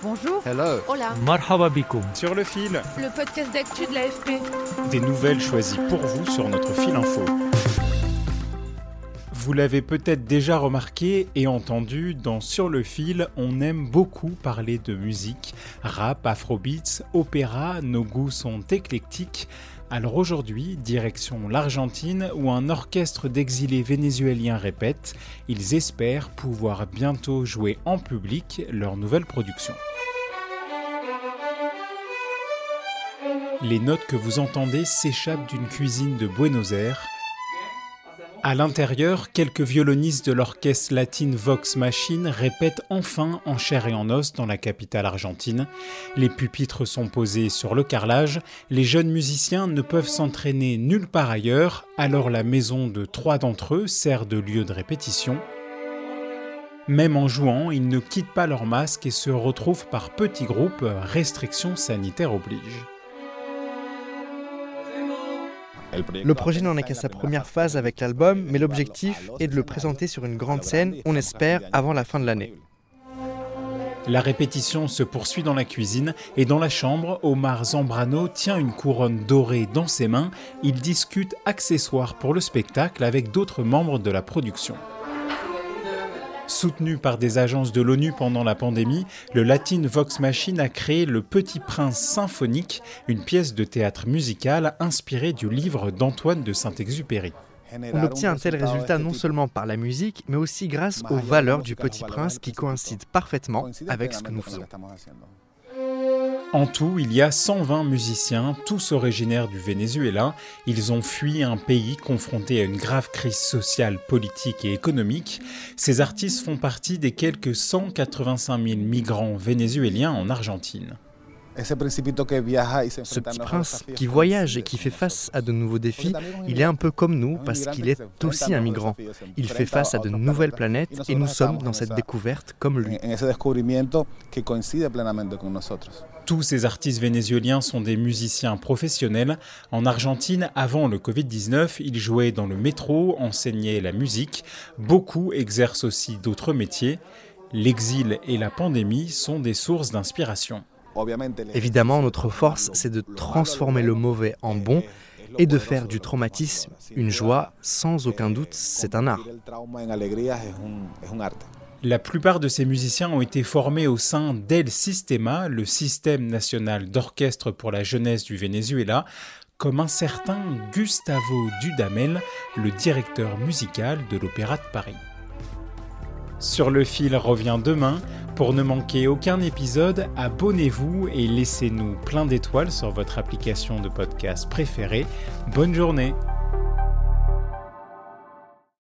Bonjour. Hello. Hola. Marhaba bikoum. Sur le fil. Le podcast d'actu de l'AFP. Des nouvelles choisies pour vous sur notre fil info. Vous l'avez peut-être déjà remarqué et entendu, dans Sur le fil, on aime beaucoup parler de musique, rap, afrobeats, opéra, nos goûts sont éclectiques. Alors aujourd'hui, direction l'Argentine où un orchestre d'exilés vénézuéliens répète. Ils espèrent pouvoir bientôt jouer en public leur nouvelle production. Les notes que vous entendez s'échappent d'une cuisine de Buenos Aires. À l'intérieur, quelques violonistes de l'orchestre Latin Vox Machine répètent enfin en chair et en os dans la capitale argentine. Les pupitres sont posés sur le carrelage, les jeunes musiciens ne peuvent s'entraîner nulle part ailleurs, alors la maison de 3 d'entre eux sert de lieu de répétition. Même en jouant, ils ne quittent pas leur masque et se retrouvent par petits groupes, restrictions sanitaires obligent. Le projet n'en est qu'à sa première phase avec l'album, mais l'objectif est de le présenter sur une grande scène, on espère, avant la fin de l'année. La répétition se poursuit dans la cuisine et dans la chambre, Omar Zambrano tient une couronne dorée dans ses mains. Il discute accessoires pour le spectacle avec d'autres membres de la production. Soutenu par des agences de l'ONU pendant la pandémie, le Latin Vox Machine a créé Le Petit Prince symphonique, une pièce de théâtre musical inspirée du livre d'Antoine de Saint-Exupéry. On obtient un tel résultat non seulement par la musique, mais aussi grâce aux valeurs du Petit Prince qui coïncident parfaitement avec ce que nous faisons. En tout, il y a 120 musiciens, tous originaires du Venezuela. Ils ont fui un pays confronté à une grave crise sociale, politique et économique. Ces artistes font partie des quelques 185 000 migrants vénézuéliens en Argentine. Ce petit prince qui voyage et qui fait face à de nouveaux défis, il est un peu comme nous parce qu'il est aussi un migrant. Il fait face à de nouvelles planètes et nous sommes dans cette découverte comme lui. Tous ces artistes vénézuéliens sont des musiciens professionnels. En Argentine, avant le Covid-19, ils jouaient dans le métro, enseignaient la musique. Beaucoup exercent aussi d'autres métiers. L'exil et la pandémie sont des sources d'inspiration. Évidemment, notre force, c'est de transformer le mauvais en bon et de faire du traumatisme une joie. Sans aucun doute, c'est un art. La plupart de ces musiciens ont été formés au sein d'El Sistema, le système national d'orchestre pour la jeunesse du Venezuela, comme un certain Gustavo Dudamel, le directeur musical de l'Opéra de Paris. Sur le fil revient demain. Pour ne manquer aucun épisode, abonnez-vous et laissez-nous plein d'étoiles sur votre application de podcast préférée. Bonne journée!